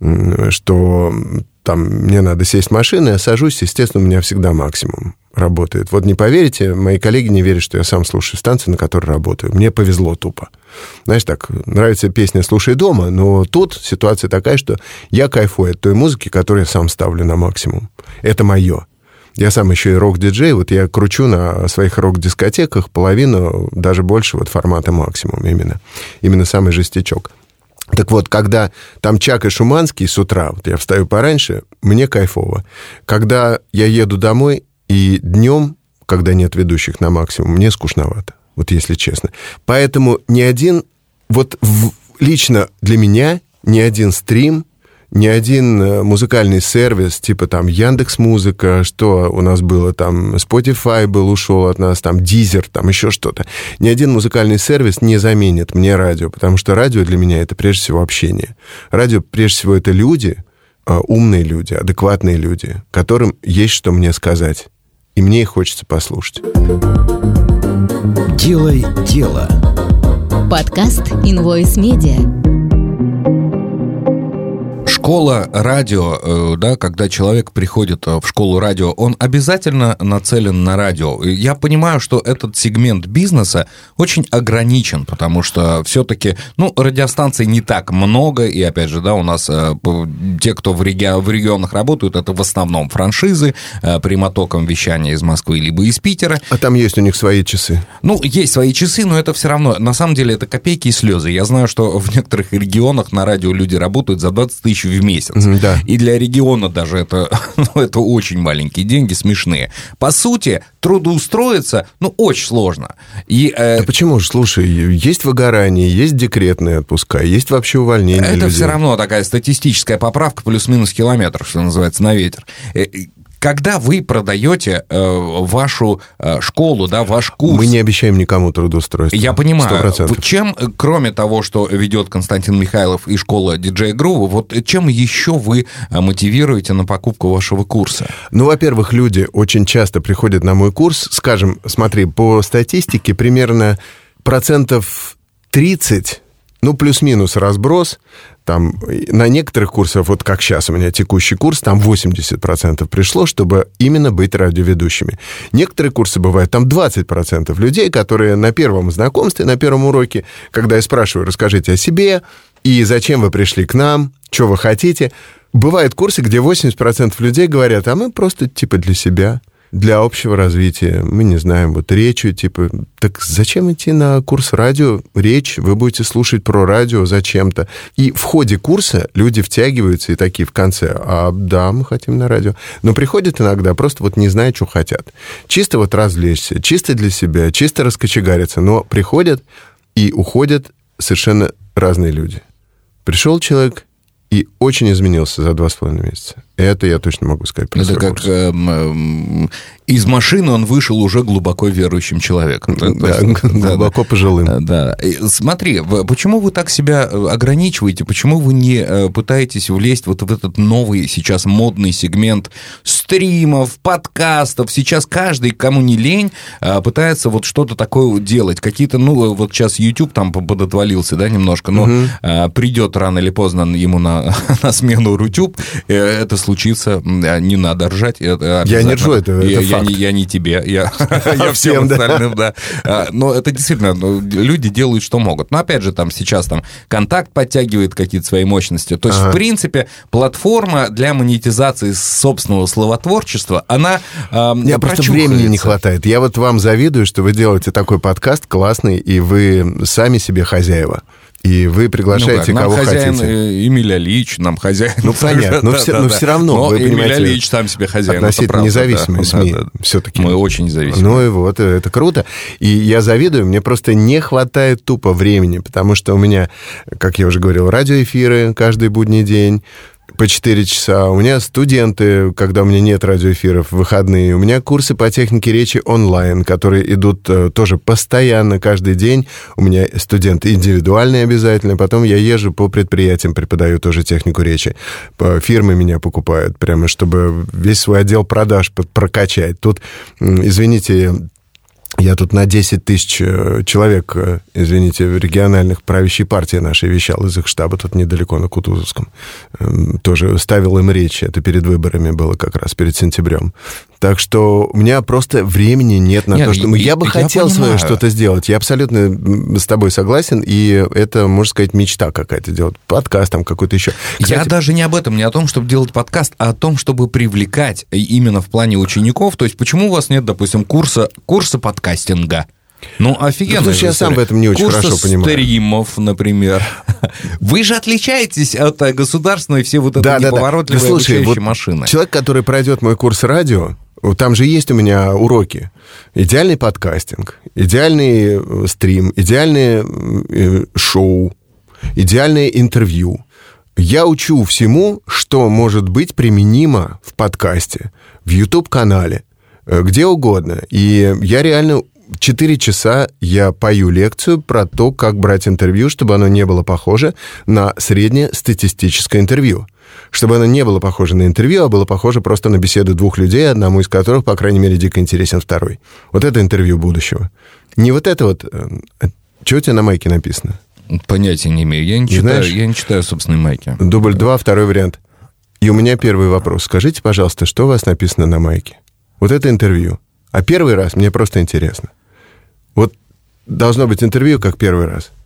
что там мне надо сесть в машину, я сажусь, естественно, у меня всегда Максимум работает. Вот не поверите, мои коллеги не верят, что я сам слушаю станцию, на которой работаю. Мне повезло тупо. Знаешь, так, нравится песня «Слушай дома», но тут ситуация такая, что я кайфую от той музыки, которую я сам ставлю на Максимум. Это мое. Я сам еще и рок-диджей, вот я кручу на своих рок-дискотеках половину, даже больше вот формата Максимум именно. Именно самый жестячок. Так вот, когда там Чак и Шуманский с утра, вот я встаю пораньше, мне кайфово. Когда я еду домой, и днем, когда нет ведущих на Максимум, мне скучновато, вот если честно. Поэтому ни один, вот в, лично для меня, ни один стрим, ни один музыкальный сервис, типа там Яндекс.Музыка, что у нас было там, Spotify был, ушел от нас, там Deezer, там еще что-то. Ни один музыкальный сервис не заменит мне радио, потому что радио для меня это прежде всего общение. Радио прежде всего это люди, умные люди, адекватные люди, которым есть что мне сказать. И мне их хочется послушать. Делай дело. Подкаст Invoice Media. Школа радио, да, когда человек приходит в школу радио, он обязательно нацелен на радио. Я понимаю, что этот сегмент бизнеса очень ограничен, потому что все-таки, ну, радиостанций не так много, и опять же, да, у нас те, кто в, реги- в регионах работают, это в основном франшизы, прямотоком вещания из Москвы либо из Питера. А там есть у них свои часы? Ну, есть свои часы, но это все равно, на самом деле, это копейки и слезы. Я знаю, что в некоторых регионах на радио люди работают за двадцать тысяч в в месяц. Да. И для региона даже это, ну, это очень маленькие деньги, смешные. По сути, трудоустроиться, ну, очень сложно. И, э... Да почему же? Слушай, есть выгорание, есть декретные отпуска, есть вообще увольнение Это людей. все равно такая статистическая поправка плюс-минус километр, что называется, на ветер. Когда вы продаете э, вашу э, школу, да, ваш курс... Мы не обещаем никому трудоустройство. Я понимаю. сто процентов. Чем, кроме того, что ведет Константин Михайлов и школа диджей Грува, вот чем еще вы мотивируете на покупку вашего курса? Ну, во-первых, люди очень часто приходят на мой курс. Скажем, смотри, по статистике примерно процентов тридцать... Ну, плюс-минус разброс. Там на некоторых курсах, вот как сейчас у меня текущий курс, там восемьдесят процентов пришло, чтобы именно быть радиоведущими. Некоторые курсы бывают, там двадцать процентов людей, которые на первом знакомстве, на первом уроке, когда я спрашиваю, расскажите о себе, и зачем вы пришли к нам, что вы хотите. Бывают курсы, где восемьдесят процентов людей говорят, а мы просто типа для себя. Для общего развития, мы не знаем, вот речью, типа, так зачем идти на курс радио? Речь, вы будете слушать про радио зачем-то. И в ходе курса люди втягиваются и такие в конце, а да, мы хотим на радио. Но приходят иногда, просто вот не зная, что хотят. Чисто вот развлечься, чисто для себя, чисто раскочегариться. Но приходят и уходят совершенно разные люди. Пришел человек и очень изменился за два с половиной месяца. Это я точно могу сказать про Это свой как курс. э, э, из машины он вышел уже глубоко верующим человеком. Да, глубоко пожилым. Да. Смотри, почему вы так себя ограничиваете? Почему вы не пытаетесь влезть вот в этот новый сейчас модный сегмент стримов, подкастов? Сейчас каждый, кому не лень, пытается вот что-то такое делать. Какие-то, ну, вот сейчас YouTube там подотвалился, да, немножко, но угу. придет рано или поздно ему на, на смену Рутюб. Это случится, не надо ржать. Это я не ржу, это, это я, факт. Я не, я не тебе, я, я всем остальным, да. Но это действительно, люди делают, что могут. Но опять же, там сейчас там контакт подтягивает какие-то свои мощности. То есть, ага. в принципе, платформа для монетизации собственного словотворчества, она э, Мне просто времени не хватает. Я вот вам завидую, что вы делаете такой подкаст классный, и вы сами себе хозяева. И вы приглашаете, ну, кого хотите. Нам хозяин Эмиль Алиевич, нам хозяин... Ну, понятно, но, да, все, да, но да. все равно, но вы Эмиль понимаете... Алиевич сам себе хозяин. Относительно независимые да, СМИ да, да. все-таки. Мы очень независимые. Ну, и вот, это круто. И я завидую, мне просто не хватает тупо времени, потому что у меня, как я уже говорил, радиоэфиры каждый будний день, по четыре часа. У меня студенты, когда у меня нет радиоэфиров, выходные. У меня курсы по технике речи онлайн, которые идут тоже постоянно, каждый день. У меня студенты индивидуальные обязательно. Потом я езжу по предприятиям, преподаю тоже технику речи. Фирмы меня покупают, прямо чтобы весь свой отдел продаж прокачать. Тут, извините... Я тут на десять тысяч человек, извините, в региональных правящей партии нашей вещал из их штаба, тут недалеко, на Кутузовском. Тоже ставил им речь, это перед выборами было как раз, перед сентябрем. Так что у меня просто времени нет на нет, то, что... Я, я бы я хотел свое что-то сделать. Я абсолютно с тобой согласен, и это, можно сказать, мечта какая-то делать. Подкаст там какой-то еще. Кстати, я даже не об этом, не о том, чтобы делать подкаст, а о том, чтобы привлекать именно в плане учеников. То есть почему у вас нет, допустим, курса, курса подкастинга? Ну, офигенно. Потому что я сам в этом не очень Курсы хорошо понимаю. Стримов, например. Вы же отличаетесь от государственной все вот этой да, неповоротливой да, да. Слушай, обучающей вот машины. Человек, который пройдет мой курс радио, там же есть у меня уроки. Идеальный подкастинг, идеальный стрим, идеальное шоу, идеальное интервью. Я учу всему, что может быть применимо в подкасте, в YouTube-канале, где угодно. И я реально... Четыре часа я пою лекцию про то, как брать интервью, чтобы оно не было похоже на среднестатистическое интервью. Чтобы оно не было похоже на интервью, а было похоже просто на беседу двух людей, одному из которых, по крайней мере, дико интересен второй. Вот это интервью будущего. Не вот это вот... Что у тебя на майке написано? Понятия не имею. Я не, не читаю, знаешь? Я не читаю собственные майки. Дубль два, второй вариант. И у меня первый вопрос. Скажите, пожалуйста, что у вас написано на майке? Вот это интервью. А первый раз мне просто интересно. Вот должно быть интервью, как первый раз.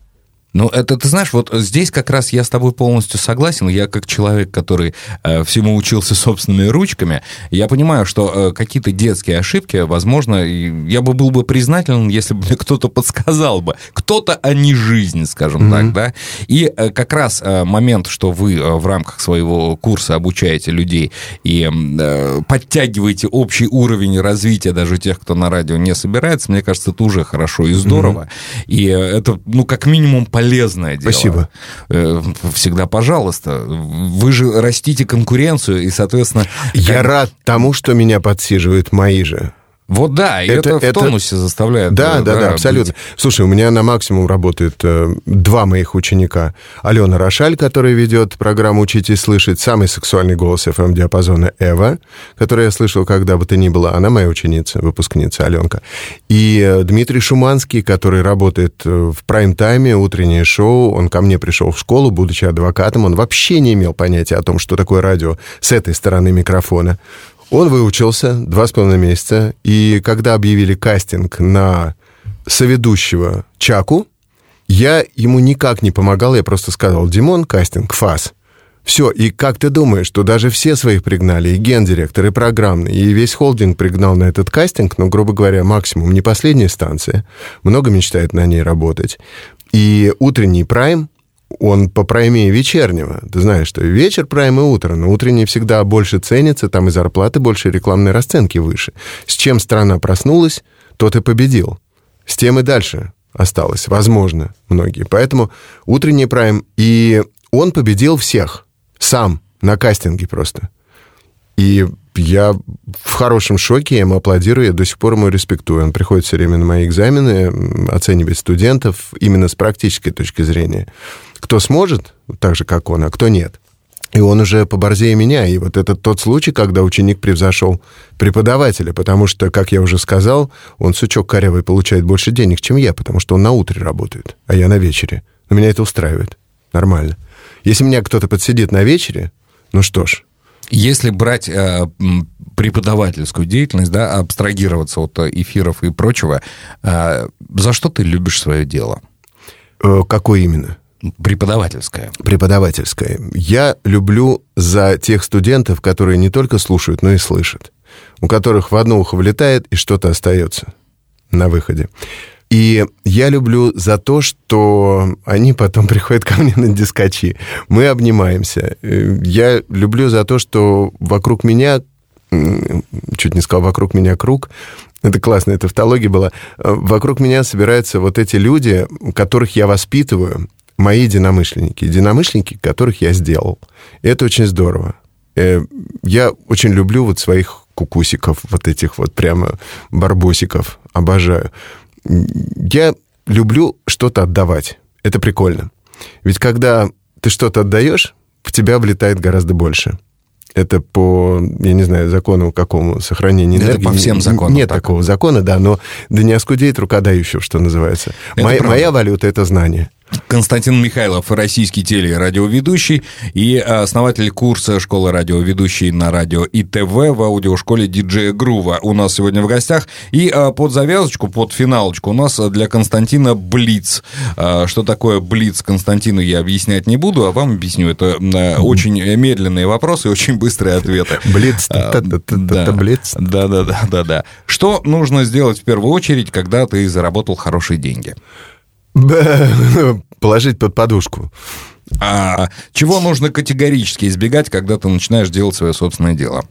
Ну, это, ты знаешь, вот здесь как раз я с тобой полностью согласен. Я как человек, который э, всему учился собственными ручками, я понимаю, что э, какие-то детские ошибки, возможно, я бы был бы признателен, если бы мне кто-то подсказал бы. Кто-то, а не жизнь, скажем mm-hmm. так, да. И э, как раз э, момент, что вы э, в рамках своего курса обучаете людей и э, подтягиваете общий уровень развития даже тех, кто на радио не собирается, мне кажется, это уже хорошо и здорово. Mm-hmm. И э, это, ну, как минимум, полезное дело. Спасибо. Всегда пожалуйста. Вы же растите конкуренцию, и, соответственно... Я как... рад тому, что меня подсиживают мои же. Вот да, и это, это в это... тонусе заставляет. Да, да, да, да, абсолютно. Быть. Слушай, у меня на максимум работают э, два моих ученика. Алена Рошаль, которая ведет программу «Учитесь слышать», самый сексуальный голос эф эм-диапазона Эва, которую я слышал, когда бы то ни было. Она моя ученица, выпускница Аленка. И э, Дмитрий Шуманский, который работает в прайм-тайме, утреннее шоу. Он ко мне пришел в школу, будучи адвокатом. Он вообще не имел понятия о том, что такое радио с этой стороны микрофона. Он выучился два с половиной месяца, и когда объявили кастинг на соведущего Чаку, я ему никак не помогал, я просто сказал: Димон, кастинг, фас. Все, и как ты думаешь, что даже все своих пригнали, и гендиректор, и программный, и весь холдинг пригнал на этот кастинг, но, грубо говоря, максимум не последняя станция, много мечтает на ней работать. И утренний прайм, он по праймее вечернего. Ты знаешь, что и вечер прайм, и утро. Но утренний всегда больше ценится, там и зарплаты больше, и рекламные расценки выше. С чем страна проснулась, тот и победил. С тем и дальше осталось, возможно, многие. Поэтому утренний прайм, и он победил всех. Сам, на кастинге просто. И я в хорошем шоке, я ему аплодирую, я до сих пор ему респектую. Он приходит все время на мои экзамены, оценивает студентов именно с практической точки зрения. Кто сможет, так же, как он, а кто нет. И он уже поборзее меня. И вот это тот случай, когда ученик превзошел преподавателя, потому что, как я уже сказал, он, сучок корявый, получает больше денег, чем я, потому что он на утре работает, а я на вечере. Но меня это устраивает. Нормально. Если меня кто-то подсидит на вечере, ну что ж. Если брать э, преподавательскую деятельность, да, абстрагироваться от эфиров и прочего, э, за что ты любишь свое дело? Э, какое именно? Преподавательское. Преподавательское. Я люблю за тех студентов, которые не только слушают, но и слышат. У которых в одно ухо влетает и что-то остается на выходе. И я люблю за то, что они потом приходят ко мне на дискачи. Мы обнимаемся. Я люблю за то, что вокруг меня, чуть не сказал, вокруг меня круг, это классная тавтология была, вокруг меня собираются вот эти люди, которых я воспитываю, мои единомышленники, единомышленники, которых я сделал. И это очень здорово. Я очень люблю вот своих кукусиков, вот этих вот прямо барбосиков, обожаю. Я люблю что-то отдавать. Это прикольно. Ведь когда ты что-то отдаешь, в тебя влетает гораздо больше. Это по, я не знаю, закону какому сохранения энергии. Это по всем законам. Нет так. такого закона, да, но да не оскудеет рука дающего, что называется. Моя, моя валюта — это знание. Константин Михайлов, российский теле- и радиоведущий и основатель курса «Школа радиоведущей» на радио и ТВ в аудиошколе диджея Грува у нас сегодня в гостях. И под завязочку, под финалочку у нас для Константина блиц. Что такое блиц, Константину я объяснять не буду, а вам объясню. Это очень медленные вопросы и очень быстрые ответы. Блиц, блиц. Да-да-да. Что нужно сделать в первую очередь, когда ты заработал хорошие деньги? Положить под подушку. А чего нужно категорически избегать, когда ты начинаешь делать свое собственное дело?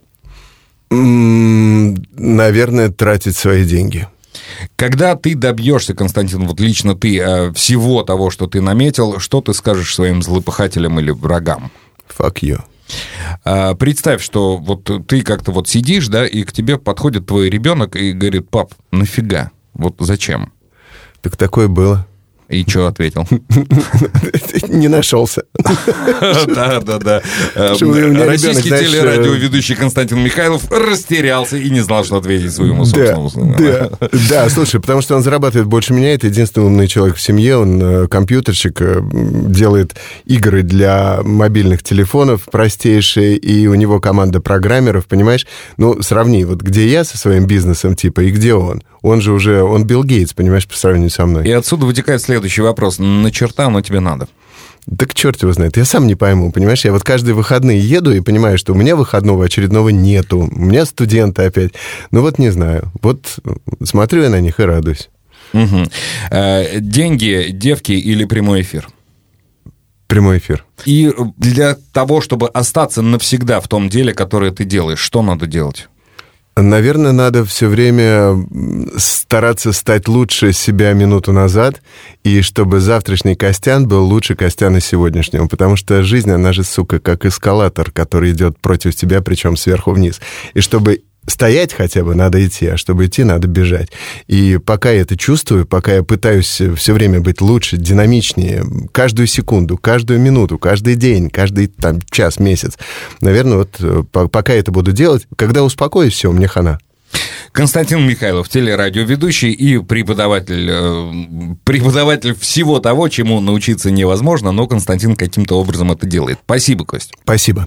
Наверное, тратить свои деньги. Когда ты добьешься, Константин, вот лично ты, всего того, что ты наметил, что ты скажешь своим злопыхателям или врагам? Fuck you. Представь, что вот ты как-то вот сидишь, да, и к тебе подходит твой ребенок и говорит: пап, нафига? Вот зачем? Так такое было. И что ответил? Не нашелся. Да, да, да. Российский телерадиоведущий Константин Михайлов растерялся и не знал, что ответить своему собственному сыну. Да, слушай, потому что он зарабатывает больше меня, это единственный умный человек в семье, он компьютерщик, делает игры для мобильных телефонов простейшие, и у него команда программеров, понимаешь? Ну, сравни, вот где я со своим бизнесом, типа, и где он. Он же уже, он Билл Гейтс, понимаешь, по сравнению со мной. И отсюда вытекает следующий вопрос. На черта оно тебе надо? Так черт его знает, я сам не пойму, понимаешь, я вот каждые выходные еду и понимаю, что у меня выходного очередного нету, у меня студенты опять, ну вот не знаю, вот смотрю я на них и радуюсь. Угу. Э, деньги, девки или прямой эфир? Прямой эфир. И для того, чтобы остаться навсегда в том деле, которое ты делаешь, что надо делать? Наверное, надо все время стараться стать лучше себя минуту назад, и чтобы завтрашний Костян был лучше Костяна сегодняшнего, потому что жизнь, она же, сука, как эскалатор, который идет против тебя, причем сверху вниз. И чтобы стоять хотя бы, надо идти, а чтобы идти, надо бежать. И пока я это чувствую, пока я пытаюсь все время быть лучше, динамичнее, каждую секунду, каждую минуту, каждый день, каждый там, час, месяц, наверное, вот пока я это буду делать, когда успокоюсь, все, мне хана. Константин Михайлов, телерадиоведущий и преподаватель, э, преподаватель всего того, чему научиться невозможно, но Константин каким-то образом это делает. Спасибо, Кость. Спасибо.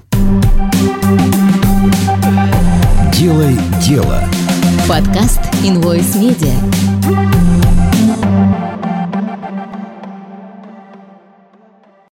Делай дело. Подкаст Invoice Media.